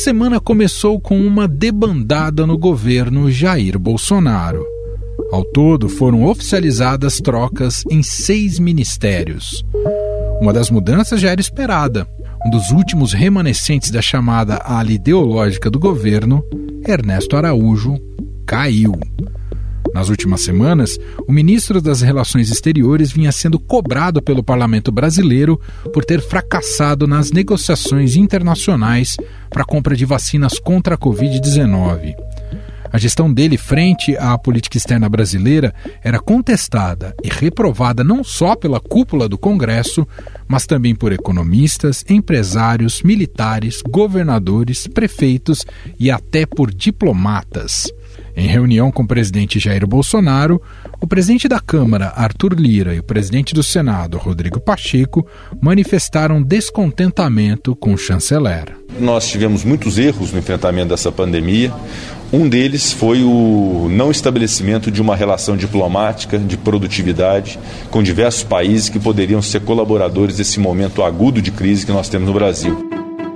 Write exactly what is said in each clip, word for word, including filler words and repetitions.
semana começou com uma debandada no governo Jair Bolsonaro. Ao todo, foram oficializadas trocas em seis ministérios. Uma das mudanças já era esperada. Um dos últimos remanescentes da chamada ala ideológica do governo, Ernesto Araújo, caiu. Nas últimas semanas, o ministro das Relações Exteriores vinha sendo cobrado pelo parlamento brasileiro por ter fracassado nas negociações internacionais para a compra de vacinas contra a covid dezenove. A gestão dele frente à política externa brasileira era contestada e reprovada não só pela cúpula do Congresso, mas também por economistas, empresários, militares, governadores, prefeitos e até por diplomatas. Em reunião com o presidente Jair Bolsonaro, o presidente da Câmara, Arthur Lira, e o presidente do Senado, Rodrigo Pacheco, manifestaram descontentamento com o chanceler. Nós tivemos muitos erros no enfrentamento dessa pandemia. Um deles foi o não estabelecimento de uma relação diplomática, de produtividade, com diversos países que poderiam ser colaboradores desse momento agudo de crise que nós temos no Brasil.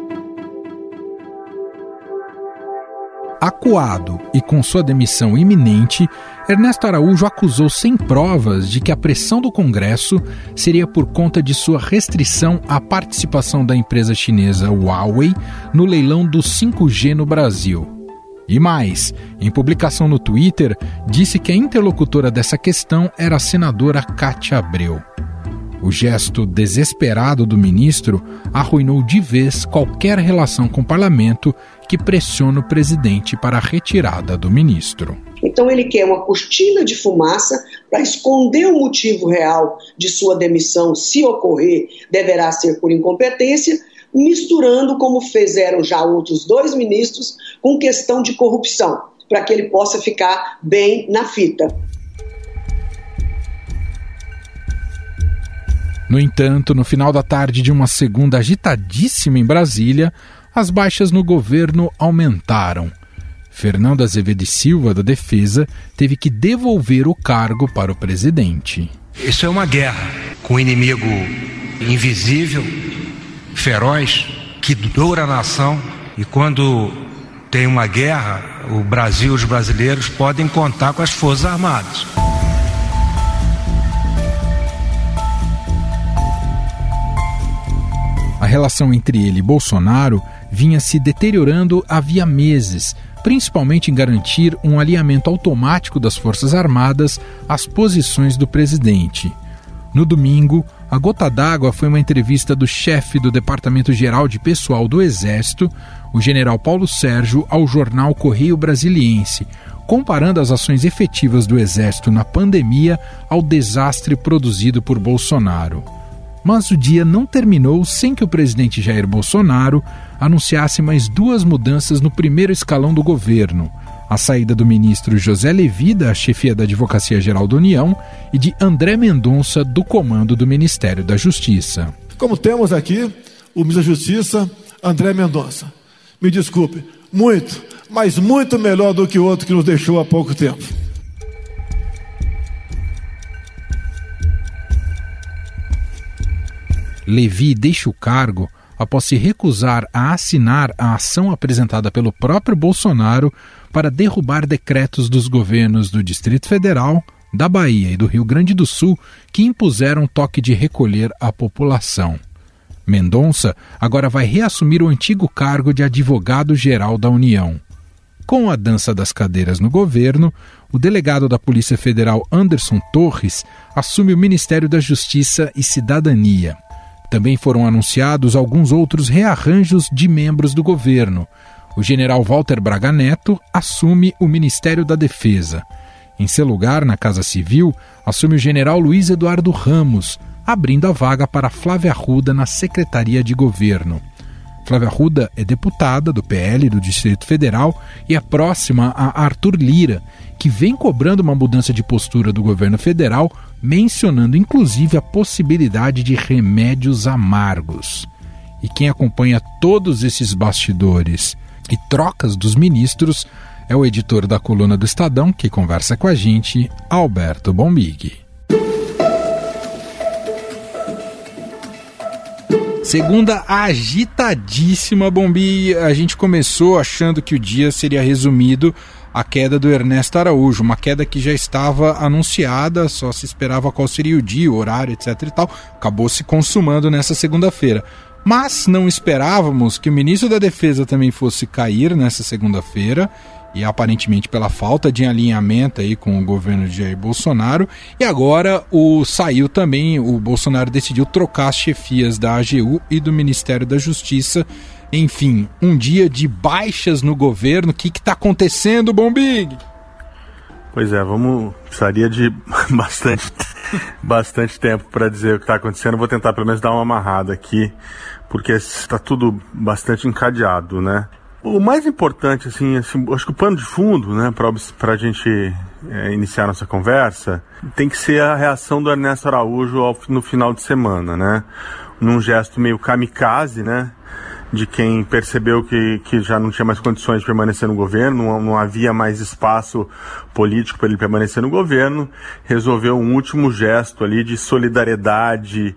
Acuado e com sua demissão iminente, Ernesto Araújo acusou sem provas de que a pressão do Congresso seria por conta de sua restrição à participação da empresa chinesa Huawei no leilão do cinco G no Brasil. E mais, em publicação no Twitter, disse que a interlocutora dessa questão era a senadora Cátia Abreu. O gesto desesperado do ministro arruinou de vez qualquer relação com o parlamento que pressiona o presidente para a retirada do ministro. Então ele quer uma cortina de fumaça para esconder o motivo real de sua demissão, se ocorrer, deverá ser por incompetência, misturando, como fizeram já outros dois ministros, com questão de corrupção, para que ele possa ficar bem na fita. No entanto, no final da tarde de uma segunda agitadíssima em Brasília, as baixas no governo aumentaram. Fernando Azevedo e Silva, da Defesa, teve que devolver o cargo para o presidente. Isso é uma guerra com um inimigo invisível, feroz, que doura a nação. E quando tem uma guerra, o Brasil e os brasileiros podem contar com as Forças Armadas. A relação entre ele e Bolsonaro vinha se deteriorando havia meses, principalmente em garantir um alinhamento automático das Forças Armadas às posições do presidente. No domingo, a gota d'água foi uma entrevista do chefe do Departamento Geral de Pessoal do Exército, o general Paulo Sérgio, ao jornal Correio Brasiliense, comparando as ações efetivas do Exército na pandemia ao desastre produzido por Bolsonaro. Mas o dia não terminou sem que o presidente Jair Bolsonaro anunciasse mais duas mudanças no primeiro escalão do governo: a saída do ministro José Levi, da chefia da Advocacia Geral da União, e de André Mendonça, do comando do Ministério da Justiça. Como temos aqui o ministro da Justiça, André Mendonça. Me desculpe, muito, mas muito melhor do que o outro que nos deixou há pouco tempo. Levi deixa o cargo após se recusar a assinar a ação apresentada pelo próprio Bolsonaro para derrubar decretos dos governos do Distrito Federal, da Bahia e do Rio Grande do Sul que impuseram toque de recolher à população. Mendonça agora vai reassumir o antigo cargo de advogado-geral da União. Com a dança das cadeiras no governo, o delegado da Polícia Federal Anderson Torres assume o Ministério da Justiça e Cidadania. Também foram anunciados alguns outros rearranjos de membros do governo. O general Walter Braga Neto assume o Ministério da Defesa. Em seu lugar, na Casa Civil, assume o general Luiz Eduardo Ramos, abrindo a vaga para Flávia Arruda na Secretaria de Governo. Flávia Arruda é deputada do P L do Distrito Federal e é próxima a Arthur Lira, que vem cobrando uma mudança de postura do governo federal, mencionando inclusive a possibilidade de remédios amargos. E quem acompanha todos esses bastidores e trocas dos ministros é o editor da coluna do Estadão, que conversa com a gente, Alberto Bombig. Segunda agitadíssima, Bombi. A gente começou achando que o dia seria resumido à queda do Ernesto Araújo, uma queda que já estava anunciada, só se esperava qual seria o dia, o horário, etc e tal. Acabou se consumando nessa segunda-feira. Mas não esperávamos que o ministro da Defesa também fosse cair nessa segunda-feira, e aparentemente pela falta de alinhamento aí com o governo de Jair Bolsonaro. E agora o saiu também, o Bolsonaro decidiu trocar as chefias da A G U e do Ministério da Justiça. Enfim, um dia de baixas no governo. O que está acontecendo, Bombig? Pois é, vamos precisaria de bastante, bastante tempo para dizer o que está acontecendo. Vou tentar pelo menos dar uma amarrada aqui, porque está tudo bastante encadeado, né? O mais importante, assim, assim, acho que o pano de fundo, né, para a gente é, iniciar nossa conversa, tem que ser a reação do Ernesto Araújo ao, no final de semana, né, num gesto meio kamikaze, né, de quem percebeu que, que já não tinha mais condições de permanecer no governo, não, não havia mais espaço político para ele permanecer no governo, resolveu um último gesto ali de solidariedade,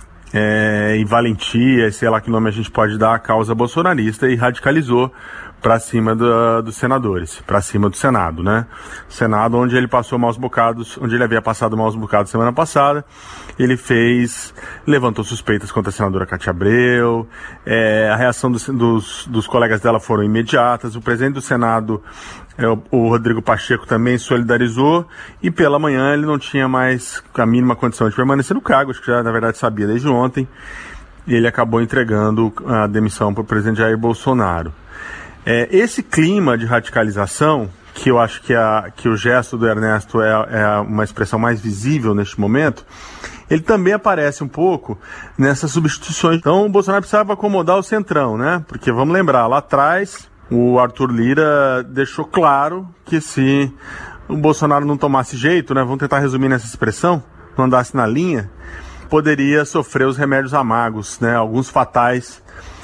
É, e valentia, sei lá que nome a gente pode dar à causa bolsonarista, e radicalizou para cima do, dos senadores, para cima do Senado, né? Senado onde ele passou maus bocados, onde ele havia passado maus bocados semana passada, ele fez, levantou suspeitas contra a senadora Cátia Abreu, é, a reação dos, dos, dos colegas dela foram imediatas, o presidente do Senado, é, o, o Rodrigo Pacheco, também solidarizou, e pela manhã ele não tinha mais a mínima condição de permanecer no cargo, acho que já na verdade sabia desde ontem, e ele acabou entregando a demissão para o presidente Jair Bolsonaro. É, esse clima de radicalização, que eu acho que, a, que o gesto do Ernesto é, é uma expressão mais visível neste momento, ele também aparece um pouco nessas substituições. Então o Bolsonaro precisava acomodar o centrão, né? Porque vamos lembrar, lá atrás o Arthur Lira deixou claro que se o Bolsonaro não tomasse jeito, né? Vamos tentar resumir nessa expressão, não andasse na linha, poderia sofrer os remédios amargos, né? Alguns fatais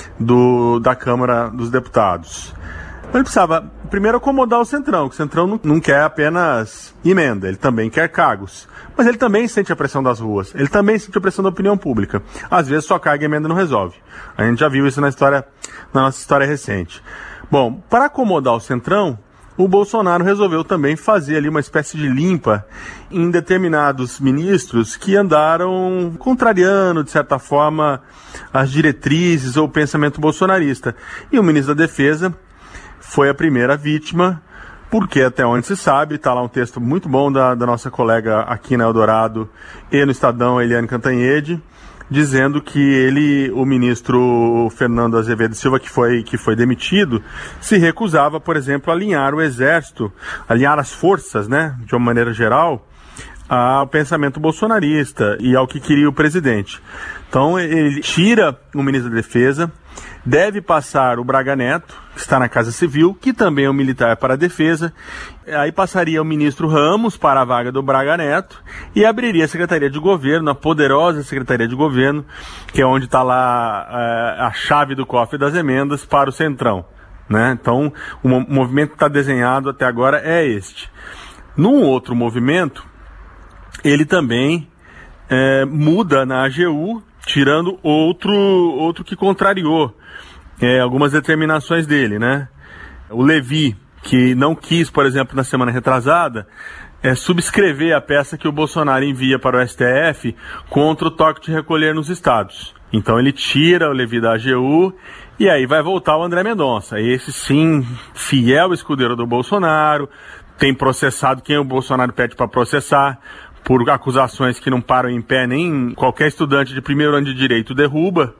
Do, da Câmara dos Deputados. Ele precisava primeiro acomodar o Centrão, que o Centrão não, não quer apenas emenda, ele também quer cargos. Mas ele também sente a pressão das ruas, ele também sente a pressão da opinião pública. Às vezes só carga e emenda não resolve. A gente já viu isso na história, na nossa história recente. Bom, para acomodar o Centrão, o Bolsonaro resolveu também fazer ali uma espécie de limpa em determinados ministros que andaram contrariando, de certa forma, as diretrizes ou o pensamento bolsonarista. E o ministro da Defesa foi a primeira vítima, porque até onde se sabe, está lá um texto muito bom da, da nossa colega aqui na Eldorado e no Estadão, Eliane Cantanhede, dizendo que ele, o ministro Fernando Azevedo Silva, que foi, que foi demitido, se recusava, por exemplo, a alinhar o exército, alinhar as forças, né, de uma maneira geral, ao pensamento bolsonarista e ao que queria o presidente. Então ele tira o ministro da Defesa, deve passar o Braga Neto, que está na Casa Civil, que também é um militar para a Defesa, aí passaria o ministro Ramos para a vaga do Braga Neto e abriria a Secretaria de Governo, a poderosa Secretaria de Governo, que é onde está lá é, a chave do cofre das emendas para o Centrão, né? Então o movimento que está desenhado até agora é este. Num outro movimento, ele também é, muda na A G U, tirando outro, outro que contrariou é, algumas determinações dele, né? O Levi, que não quis, por exemplo, na semana retrasada, é, subscrever a peça que o Bolsonaro envia para o S T F contra o toque de recolher nos estados. Então ele tira o Levi da A G U e aí vai voltar o André Mendonça. Esse sim, fiel escudeiro do Bolsonaro, tem processado quem o Bolsonaro pede para processar, por acusações que não param em pé, nem qualquer estudante de primeiro ano de direito derruba,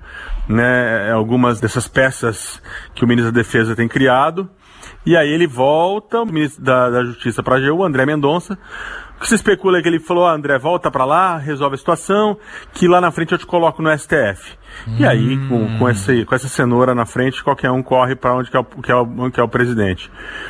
né, algumas dessas peças que o ministro da Defesa tem criado. E aí ele volta, o ministro da, da Justiça para a A G U, o André Mendonça, que se especula que ele falou, ah, André, volta para lá, resolve a situação, que lá na frente eu te coloco no S T F. Hum. E aí, com, com, esse, com essa cenoura na frente, qualquer um corre para onde que é, o, que, é o, que é o presidente.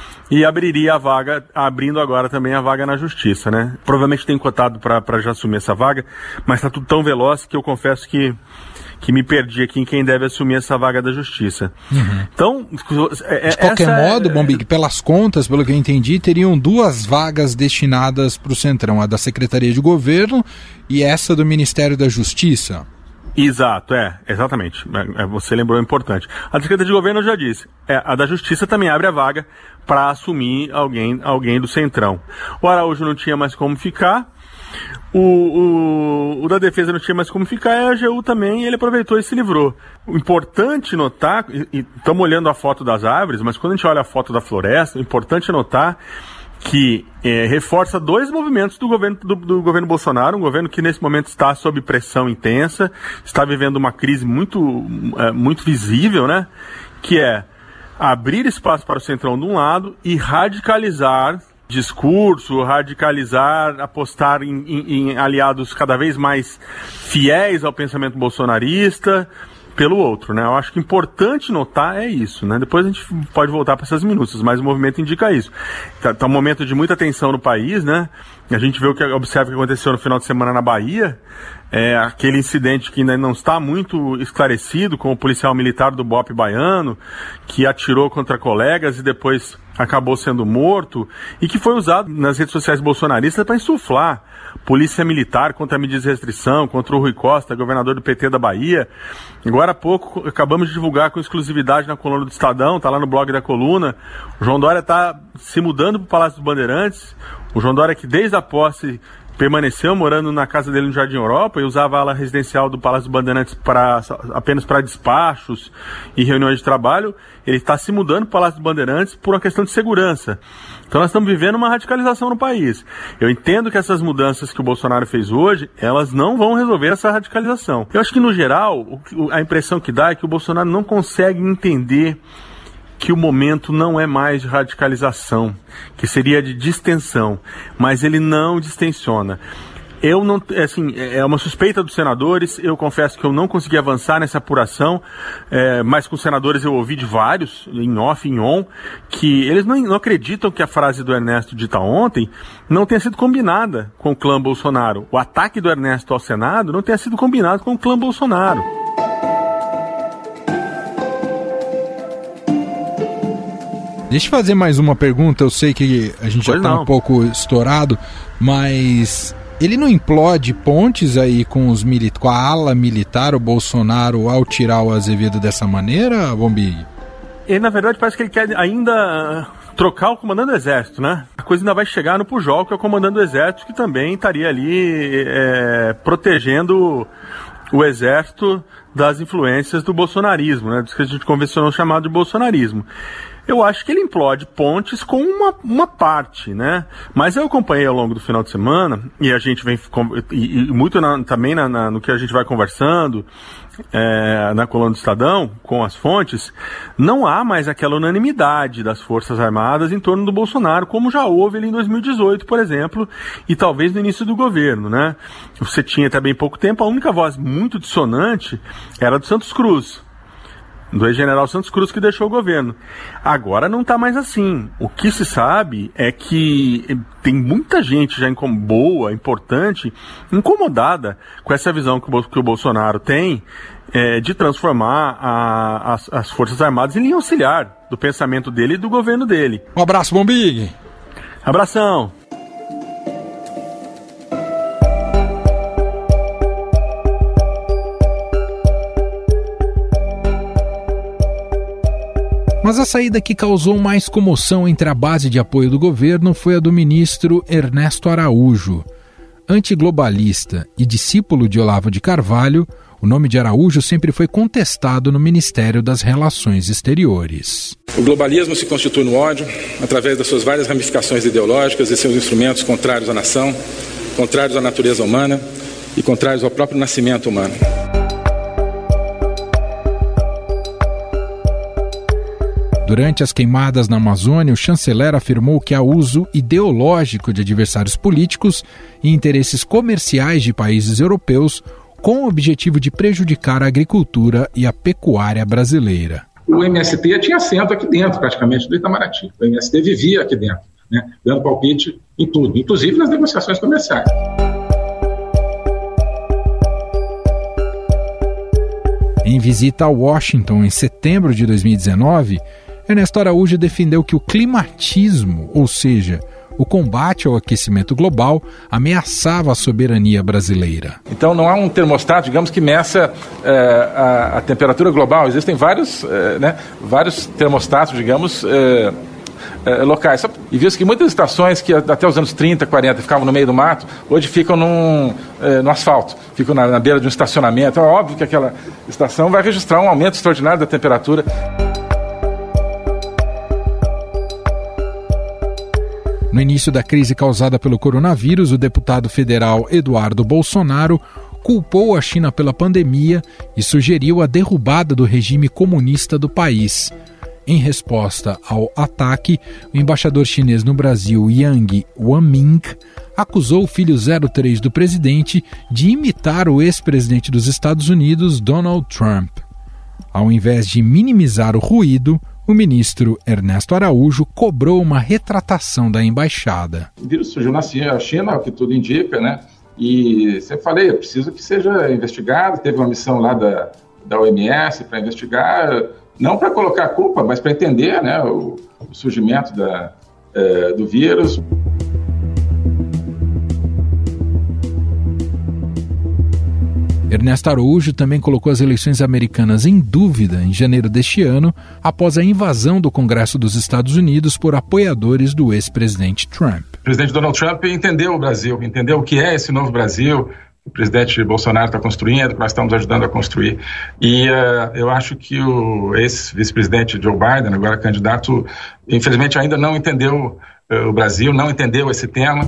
E abriria a vaga, abrindo agora também a vaga na Justiça, né? Provavelmente tem cotado para já assumir essa vaga, mas está tudo tão veloz que eu confesso que, que me perdi aqui em quem deve assumir essa vaga da Justiça. Uhum. Então, é, de qualquer modo, é... Bombig, pelas contas, pelo que eu entendi, teriam duas vagas destinadas para o Centrão, a da Secretaria de Governo e essa do Ministério da Justiça. Exato, é, exatamente. É, você lembrou importante. A da Secretaria de Governo eu já disse. É, a da Justiça também abre a vaga para assumir alguém, alguém do Centrão. O Araújo não tinha mais como ficar. O, o, o da Defesa não tinha mais como ficar, e a A G U também, ele aproveitou e se livrou. O importante notar, e estamos olhando a foto das árvores, mas quando a gente olha a foto da floresta, o importante notar que é, reforça dois movimentos do governo, do, do governo Bolsonaro, um governo que nesse momento está sob pressão intensa, está vivendo uma crise muito, é, muito visível, né? Que é abrir espaço para o Centrão de um lado e radicalizar discurso, radicalizar, apostar em, em, em aliados cada vez mais fiéis ao pensamento bolsonarista pelo outro, né? Eu acho que importante notar é isso, né? Depois a gente pode voltar para essas minúcias, mas o movimento indica isso. Tá, tá um momento de muita tensão no país, né? A gente vê o que observa o que aconteceu no final de semana na Bahia, é aquele incidente que ainda não está muito esclarecido, com o policial militar do B O P baiano, que atirou contra colegas e depois acabou sendo morto, e que foi usado nas redes sociais bolsonaristas para insuflar polícia militar contra a medidas de restrição, contra o Rui Costa, governador do P T da Bahia. Agora há pouco acabamos de divulgar com exclusividade na coluna do Estadão, está lá no blog da coluna, o João Dória está se mudando para o Palácio dos Bandeirantes. O João Dória, que desde a posse permaneceu morando na casa dele no Jardim Europa e usava a ala residencial do Palácio dos Bandeirantes pra, apenas para despachos e reuniões de trabalho, ele está se mudando para o Palácio dos Bandeirantes por uma questão de segurança. Então nós estamos vivendo uma radicalização no país. Eu entendo que essas mudanças que o Bolsonaro fez hoje, elas não vão resolver essa radicalização. Eu acho que, no geral, a impressão que dá é que o Bolsonaro não consegue entender que o momento não é mais de radicalização, que seria de distensão, mas ele não distensiona. Eu não, assim, é uma suspeita dos senadores, eu confesso que eu não consegui avançar nessa apuração, é, mas com os senadores eu ouvi de vários, em off, em on, que eles não, não acreditam que a frase do Ernesto dita ontem não tenha sido combinada com o clã Bolsonaro. O ataque do Ernesto ao Senado não tenha sido combinado com o clã Bolsonaro. Deixa eu fazer mais uma pergunta, eu sei que a gente já está um pouco estourado, mas ele não implode pontes aí com, os mili- com a ala militar, o Bolsonaro, ao tirar o Azevedo dessa maneira, Bombig? Ele, na verdade, parece que ele quer ainda trocar o comandante do Exército, né? A coisa ainda vai chegar no Pujol, que é o comandante do Exército, que também estaria ali é, protegendo o Exército das influências do bolsonarismo, né? Do que a gente convencionou chamado de bolsonarismo. Eu acho que ele implode pontes com uma, uma parte, né? Mas eu acompanhei ao longo do final de semana, e a gente vem, e, e muito na, também na, na, no que a gente vai conversando, é, na coluna do Estadão, com as fontes, não há mais aquela unanimidade das Forças Armadas em torno do Bolsonaro, como já houve ali em dois mil e dezoito, por exemplo, e talvez no início do governo, né? Você tinha até bem pouco tempo, a única voz muito dissonante era do Santos Cruz, do ex-general Santos Cruz, que deixou o governo. Agora não está mais assim. O que se sabe é que tem muita gente já incom- boa, importante, incomodada com essa visão que o, que o Bolsonaro tem é, de transformar a, as, as Forças Armadas em linha auxiliar do pensamento dele e do governo dele. Um abraço, Bombig. Abração. Mas a saída que causou mais comoção entre a base de apoio do governo foi a do ministro Ernesto Araújo. Antiglobalista e discípulo de Olavo de Carvalho, o nome de Araújo sempre foi contestado no Ministério das Relações Exteriores. O globalismo se constitui no ódio, através das suas várias ramificações ideológicas e seus instrumentos contrários à nação, contrários à natureza humana e contrários ao próprio nascimento humano. Durante as queimadas na Amazônia, o chanceler afirmou que há uso ideológico de adversários políticos e interesses comerciais de países europeus com o objetivo de prejudicar a agricultura e a pecuária brasileira. O M S T tinha assento aqui dentro, praticamente, do Itamaraty. O M S T vivia aqui dentro, né, dando palpite em tudo, inclusive nas negociações comerciais. Em visita a Washington em setembro de dois mil e dezenove, Ernesto Araújo defendeu que o climatismo, ou seja, o combate ao aquecimento global ameaçava a soberania brasileira. Então não há um termostato, digamos, que meça é, a, a temperatura global. Existem vários, é, né, vários termostatos, digamos, é, é, locais. E viu-se que muitas estações que até os anos trinta, quarenta ficavam no meio do mato, hoje ficam num, é, no asfalto, ficam na, na beira de um estacionamento. É óbvio que aquela estação vai registrar um aumento extraordinário da temperatura. No início da crise causada pelo coronavírus, o deputado federal Eduardo Bolsonaro culpou a China pela pandemia e sugeriu a derrubada do regime comunista do país. Em resposta ao ataque, o embaixador chinês no Brasil, Yang Wanming, acusou o filho zero três do presidente de imitar o ex-presidente dos Estados Unidos, Donald Trump. Ao invés de minimizar o ruído, o ministro Ernesto Araújo cobrou uma retratação da embaixada. O vírus surgiu na China, o que tudo indica, né? E sempre falei, é preciso que seja investigado. Teve uma missão lá da, da O M S para investigar, não para colocar culpa, mas para entender, né, o, o surgimento da, é, do vírus. Ernesto Araújo também colocou as eleições americanas em dúvida em janeiro deste ano, após a invasão do Congresso dos Estados Unidos por apoiadores do ex-presidente Trump. O presidente Donald Trump entendeu o Brasil, entendeu o que é esse novo Brasil que o presidente Bolsonaro está construindo, que nós estamos ajudando a construir. E uh, eu acho que o ex-vice-presidente Joe Biden, agora candidato, infelizmente ainda não entendeu uh, o Brasil, não entendeu esse tema.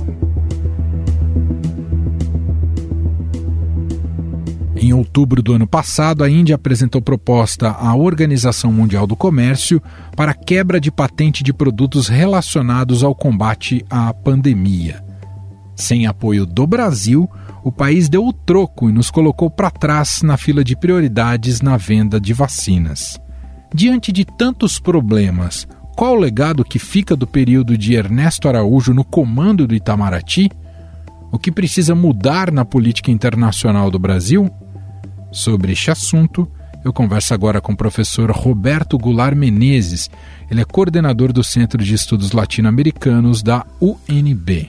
Em outubro do ano passado, a Índia apresentou proposta à Organização Mundial do Comércio para a quebra de patente de produtos relacionados ao combate à pandemia. Sem apoio do Brasil, o país deu o troco e nos colocou para trás na fila de prioridades na venda de vacinas. Diante de tantos problemas, qual o legado que fica do período de Ernesto Araújo no comando do Itamaraty? O que precisa mudar na política internacional do Brasil? Sobre este assunto, eu converso agora com o professor Roberto Goulart Menezes. Ele é coordenador do Centro de Estudos Latino-Americanos da U N B.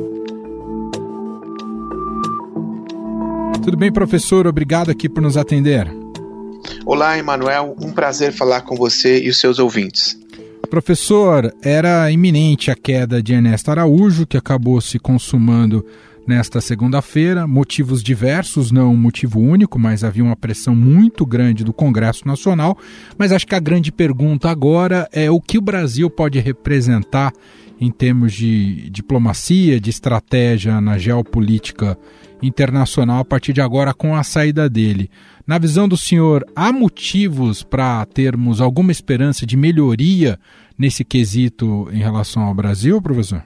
Tudo bem, professor? Obrigado aqui por nos atender. Olá, Emanuel. Um prazer falar com você e os seus ouvintes. Professor, era iminente a queda de Ernesto Araújo, que acabou se consumando nesta segunda-feira, motivos diversos, não um motivo único, mas havia uma pressão muito grande do Congresso Nacional. Mas acho que a grande pergunta agora é o que o Brasil pode representar em termos de diplomacia, de estratégia na geopolítica internacional a partir de agora com a saída dele. Na visão do senhor, há motivos para termos alguma esperança de melhoria nesse quesito em relação ao Brasil, professor?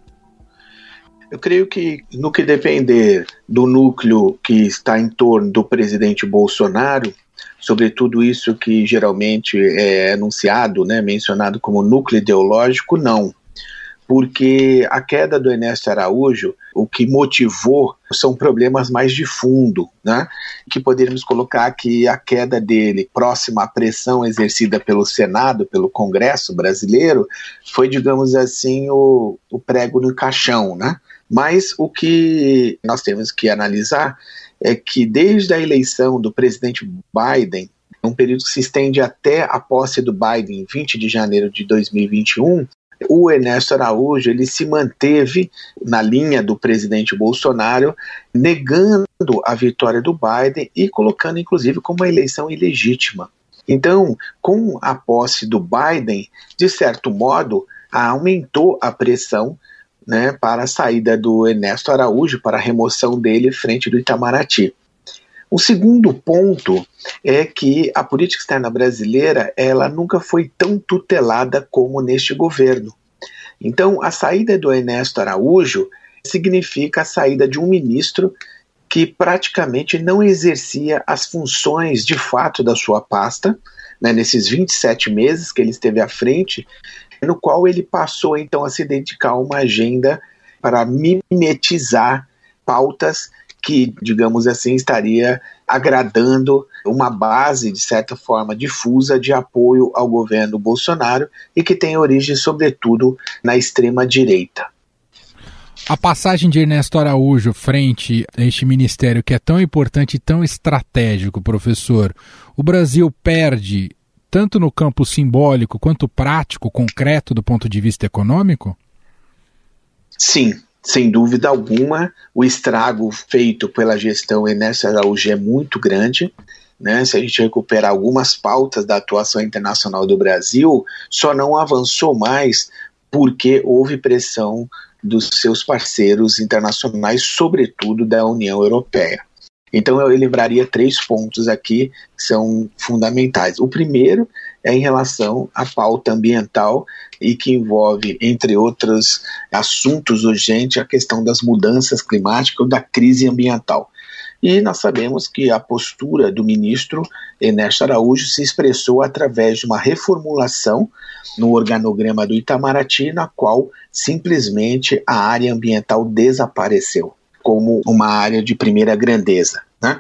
Eu creio que no que depender do núcleo que está em torno do presidente Bolsonaro, sobretudo isso que geralmente é anunciado, né, mencionado como núcleo ideológico, não. Porque a queda do Ernesto Araújo, o que motivou são problemas mais de fundo, né? Que poderíamos colocar que a queda dele, próxima à pressão exercida pelo Senado, pelo Congresso brasileiro, foi, digamos assim, o, o prego no caixão, né? Mas o que nós temos que analisar é que desde a eleição do presidente Biden, um período que se estende até a posse do Biden em vinte de janeiro de dois mil e vinte e um, o Ernesto Araújo ele se manteve na linha do presidente Bolsonaro, negando a vitória do Biden e colocando inclusive como uma eleição ilegítima. Então, com a posse do Biden, de certo modo, aumentou a pressão, né, para a saída do Ernesto Araújo, para a remoção dele frente do Itamaraty. O segundo ponto é que a política externa brasileira ela nunca foi tão tutelada como neste governo. Então, a saída do Ernesto Araújo significa a saída de um ministro que praticamente não exercia as funções de fato da sua pasta, né, nesses vinte e sete meses que ele esteve à frente, no qual ele passou então a se dedicar a uma agenda para mimetizar pautas que, digamos assim, estaria agradando uma base, de certa forma, difusa de apoio ao governo Bolsonaro e que tem origem, sobretudo, na extrema-direita. A passagem de Ernesto Araújo frente a este ministério que é tão importante e tão estratégico, professor, o Brasil perde tanto no campo simbólico quanto prático, concreto do ponto de vista econômico? Sim, sem dúvida alguma. O estrago feito pela gestão Ernesto Araújo é muito grande. Né? Se a gente recuperar algumas pautas da atuação internacional do Brasil, só não avançou mais porque houve pressão dos seus parceiros internacionais, sobretudo da União Europeia. Então eu lembraria três pontos aqui que são fundamentais. O primeiro é em relação à pauta ambiental e que envolve, entre outros assuntos urgentes, a questão das mudanças climáticas, da crise ambiental. E nós sabemos que a postura do ministro Ernesto Araújo se expressou através de uma reformulação no organograma do Itamaraty, na qual simplesmente a área ambiental desapareceu como uma área de primeira grandeza, né?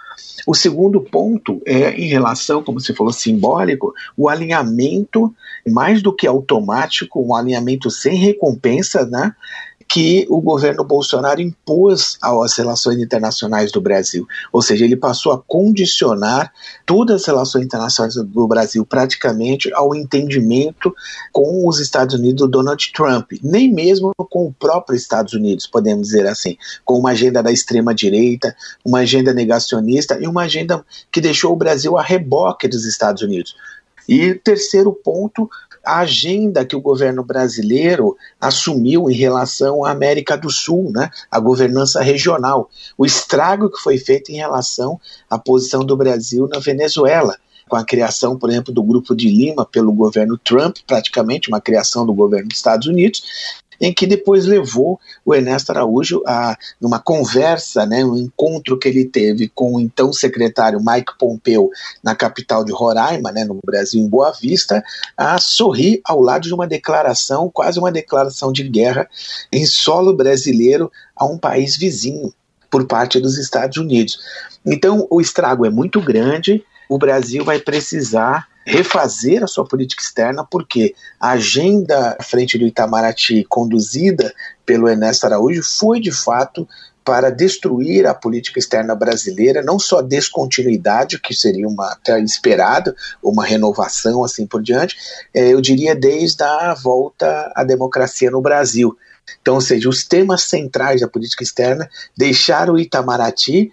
O segundo ponto é em relação, como você falou, simbólico, o alinhamento, mais do que automático, um alinhamento sem recompensa, né, que o governo Bolsonaro impôs às relações internacionais do Brasil. Ou seja, ele passou a condicionar todas as relações internacionais do Brasil praticamente ao entendimento com os Estados Unidos do Donald Trump, nem mesmo com o próprio Estados Unidos, podemos dizer assim, com uma agenda da extrema-direita, uma agenda negacionista e uma agenda que deixou o Brasil a reboque dos Estados Unidos. E terceiro ponto, a agenda que o governo brasileiro assumiu em relação à América do Sul, né, a governança regional, o estrago que foi feito em relação à posição do Brasil na Venezuela, com a criação, por exemplo, do Grupo de Lima pelo governo Trump, praticamente uma criação do governo dos Estados Unidos, em que depois levou o Ernesto Araújo a, numa conversa, né, um encontro que ele teve com o então secretário Mike Pompeo na capital de Roraima, né, no Brasil, em Boa Vista, a sorrir ao lado de uma declaração, quase uma declaração de guerra em solo brasileiro a um país vizinho por parte dos Estados Unidos. Então o estrago é muito grande, o Brasil vai precisar refazer a sua política externa, porque a agenda à frente do Itamaraty conduzida pelo Ernesto Araújo foi de fato para destruir a política externa brasileira, não só descontinuidade, que seria uma, até esperado, uma renovação assim por diante, é, eu diria desde a volta à democracia no Brasil. Então, ou seja, os temas centrais da política externa deixaram o Itamaraty.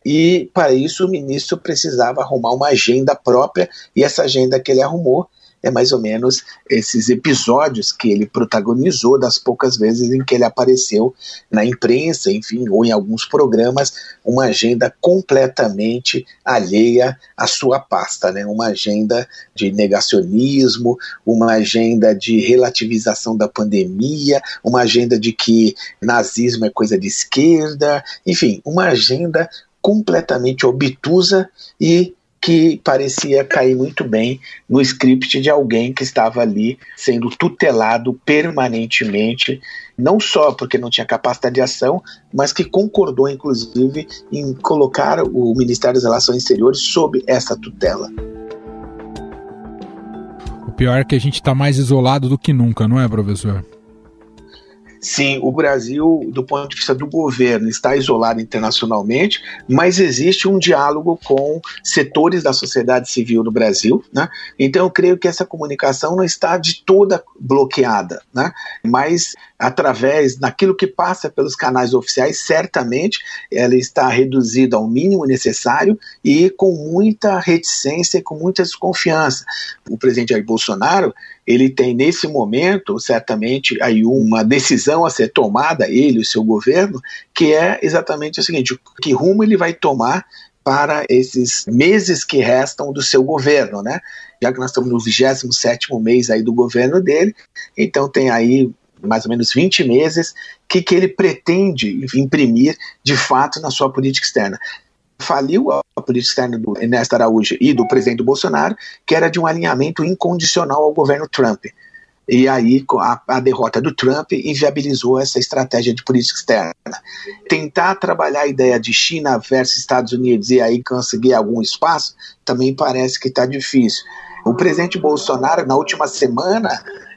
E para isso o ministro precisava arrumar uma agenda própria, e essa agenda que ele arrumou é mais ou menos esses episódios que ele protagonizou das poucas vezes em que ele apareceu na imprensa, enfim, ou em alguns programas, uma agenda completamente alheia à sua pasta, né? Uma agenda de negacionismo, uma agenda de relativização da pandemia, uma agenda de que nazismo é coisa de esquerda, enfim, uma agenda completamente obtusa e que parecia cair muito bem no script de alguém que estava ali sendo tutelado permanentemente, não só porque não tinha capacidade de ação, mas que concordou, inclusive, em colocar o Ministério das Relações Exteriores sob essa tutela. O pior é que a gente está mais isolado do que nunca, não é, professor? Sim, o Brasil, do ponto de vista do governo, está isolado internacionalmente, mas existe um diálogo com setores da sociedade civil no Brasil, né? Então eu creio que essa comunicação não está de toda bloqueada, né? Mas através daquilo que passa pelos canais oficiais, certamente ela está reduzida ao mínimo necessário e com muita reticência e com muita desconfiança. O presidente Jair Bolsonaro, ele tem nesse momento, certamente, aí uma decisão a ser tomada, ele e o seu governo, que é exatamente o seguinte: que rumo ele vai tomar para esses meses que restam do seu governo, né? Já que nós estamos no vigésimo sétimo mês aí do governo dele, então tem aí mais ou menos vinte meses, que, que ele pretende imprimir de fato na sua política externa. Faliu a política externa do Ernesto Araújo e do presidente Bolsonaro, que era de um alinhamento incondicional ao governo Trump. E aí a, a derrota do Trump inviabilizou essa estratégia de política externa. Tentar trabalhar a ideia de China versus Estados Unidos e aí conseguir algum espaço, também parece que está difícil. O presidente Bolsonaro, na última semana,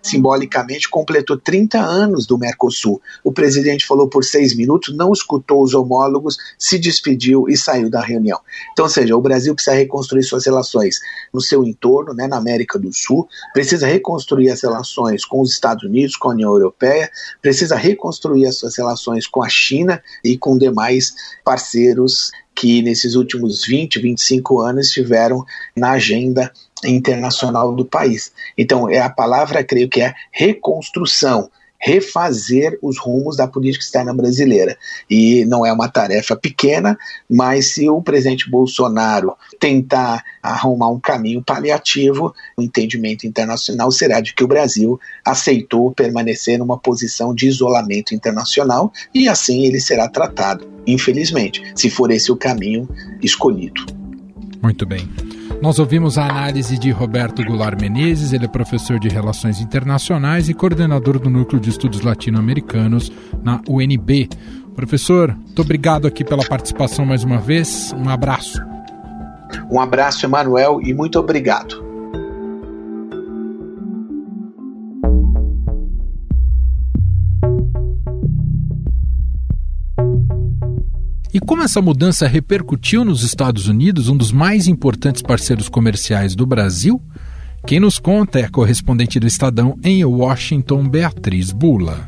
simbolicamente completou trinta anos do Mercosul. O presidente falou por seis minutos, não escutou os homólogos, se despediu e saiu da reunião. Então, ou seja, o Brasil precisa reconstruir suas relações no seu entorno, né, na América do Sul, precisa reconstruir as relações com os Estados Unidos, com a União Europeia, precisa reconstruir as suas relações com a China e com demais parceiros que nesses últimos vinte, vinte e cinco anos estiveram na agenda internacional do país. Então, é a palavra, creio que é reconstrução, refazer os rumos da política externa brasileira. E não é uma tarefa pequena, mas se o presidente Bolsonaro tentar arrumar um caminho paliativo, o entendimento internacional será de que o Brasil aceitou permanecer numa posição de isolamento internacional e assim ele será tratado, infelizmente, se for esse o caminho escolhido. Muito bem. Nós ouvimos a análise de Roberto Goulart Menezes, ele é professor de Relações Internacionais e coordenador do Núcleo de Estudos Latino-Americanos na U N B. Professor, muito obrigado aqui pela participação mais uma vez, um abraço. Um abraço, Emanuel, e muito obrigado. E como essa mudança repercutiu nos Estados Unidos, um dos mais importantes parceiros comerciais do Brasil? Quem nos conta é a correspondente do Estadão em Washington, Beatriz Bula.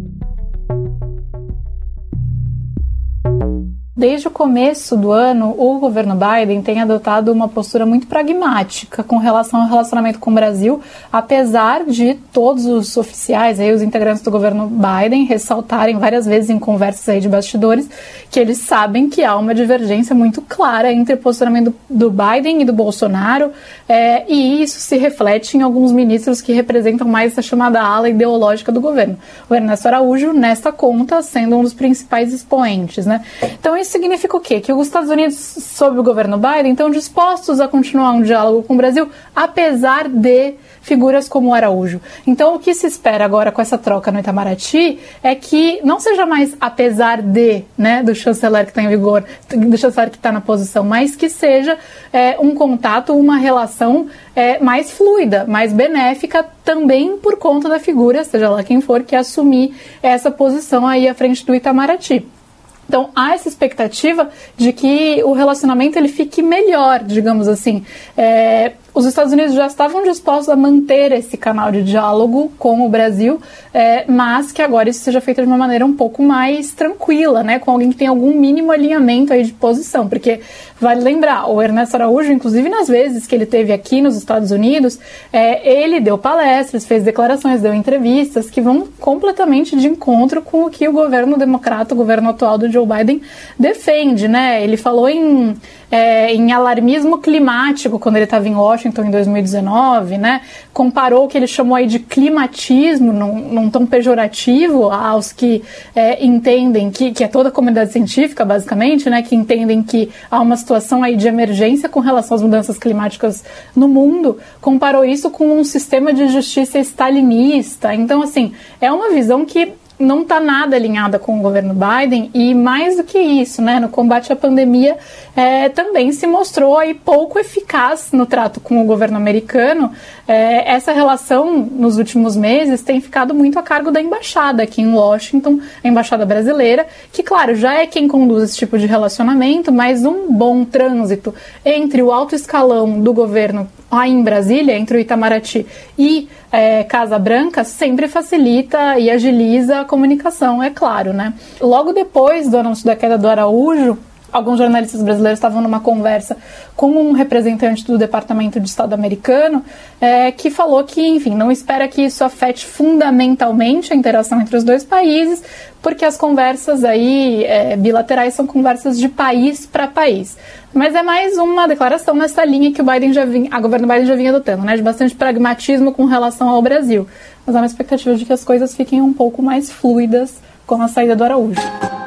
Desde o começo do ano, o governo Biden tem adotado uma postura muito pragmática com relação ao relacionamento com o Brasil, apesar de todos os oficiais, aí, os integrantes do governo Biden, ressaltarem várias vezes em conversas aí de bastidores que eles sabem que há uma divergência muito clara entre o posicionamento do Biden e do Bolsonaro, é, e isso se reflete em alguns ministros que representam mais essa chamada ala ideológica do governo. O Ernesto Araújo, nesta conta, sendo um dos principais expoentes, né? Então, isso significa o quê? Que os Estados Unidos, sob o governo Biden, estão dispostos a continuar um diálogo com o Brasil, apesar de figuras como o Araújo. Então, o que se espera agora com essa troca no Itamaraty é que não seja mais apesar de, né, do chanceler que está em vigor, do chanceler que está na posição, mas que seja é, um contato, uma relação é, mais fluida, mais benéfica, também por conta da figura, seja lá quem for, que assumir essa posição aí à frente do Itamaraty. Então, há essa expectativa de que o relacionamento ele fique melhor, digamos assim. É, os Estados Unidos já estavam dispostos a manter esse canal de diálogo com o Brasil, é, mas que agora isso seja feito de uma maneira um pouco mais tranquila, né, com alguém que tem algum mínimo alinhamento aí de posição, porque vale lembrar, o Ernesto Araújo, inclusive nas vezes que ele esteve aqui nos Estados Unidos, é, ele deu palestras, fez declarações, deu entrevistas que vão completamente de encontro com o que o governo democrata, o governo atual do Joe Biden defende, né? Ele falou em, é, em alarmismo climático quando ele estava em Washington em dois mil e dezenove, né? Comparou o que ele chamou aí de climatismo, num, num tom pejorativo, aos que é, entendem que, que é toda a comunidade científica, basicamente, né? Que entendem que há uma situação aí de emergência com relação às mudanças climáticas no mundo, comparou isso com um sistema de justiça stalinista. Então, assim, é uma visão que não está nada alinhada com o governo Biden e, mais do que isso, né, no combate à pandemia, é, também se mostrou aí pouco eficaz no trato com o governo americano. É, essa relação, nos últimos meses, tem ficado muito a cargo da embaixada aqui em Washington, a embaixada brasileira, que, claro, já é quem conduz esse tipo de relacionamento, mas um bom trânsito entre o alto escalão do governo aí em Brasília, entre o Itamaraty e é, Casa Branca, sempre facilita e agiliza a comunicação, é claro, né? Logo depois do anúncio da queda do Araújo, alguns jornalistas brasileiros estavam numa conversa com um representante do Departamento de Estado americano é, que falou que, enfim, não espera que isso afete fundamentalmente a interação entre os dois países, porque as conversas aí é, bilaterais são conversas de país para país. Mas é mais uma declaração nessa linha que o Biden já vinha, a governo Biden já vinha adotando, né, de bastante pragmatismo com relação ao Brasil. Mas há uma expectativa de que as coisas fiquem um pouco mais fluidas com a saída do Araújo.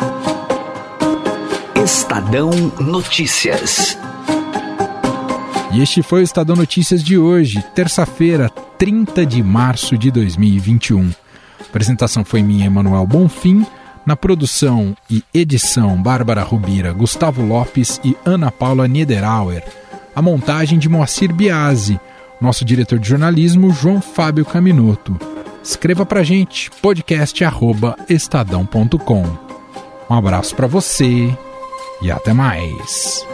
Estadão Notícias. E este foi o Estadão Notícias de hoje, terça-feira, trinta de março de dois mil e vinte e um. A apresentação foi minha, Emanuel Bonfim. Na produção e edição, Bárbara Rubira, Gustavo Lopes e Ana Paula Niederauer. A montagem de Moacir Biasi. Nosso diretor de jornalismo, João Fábio Caminoto. Escreva pra gente, podcast arroba estadão ponto com. Um abraço para você e até mais.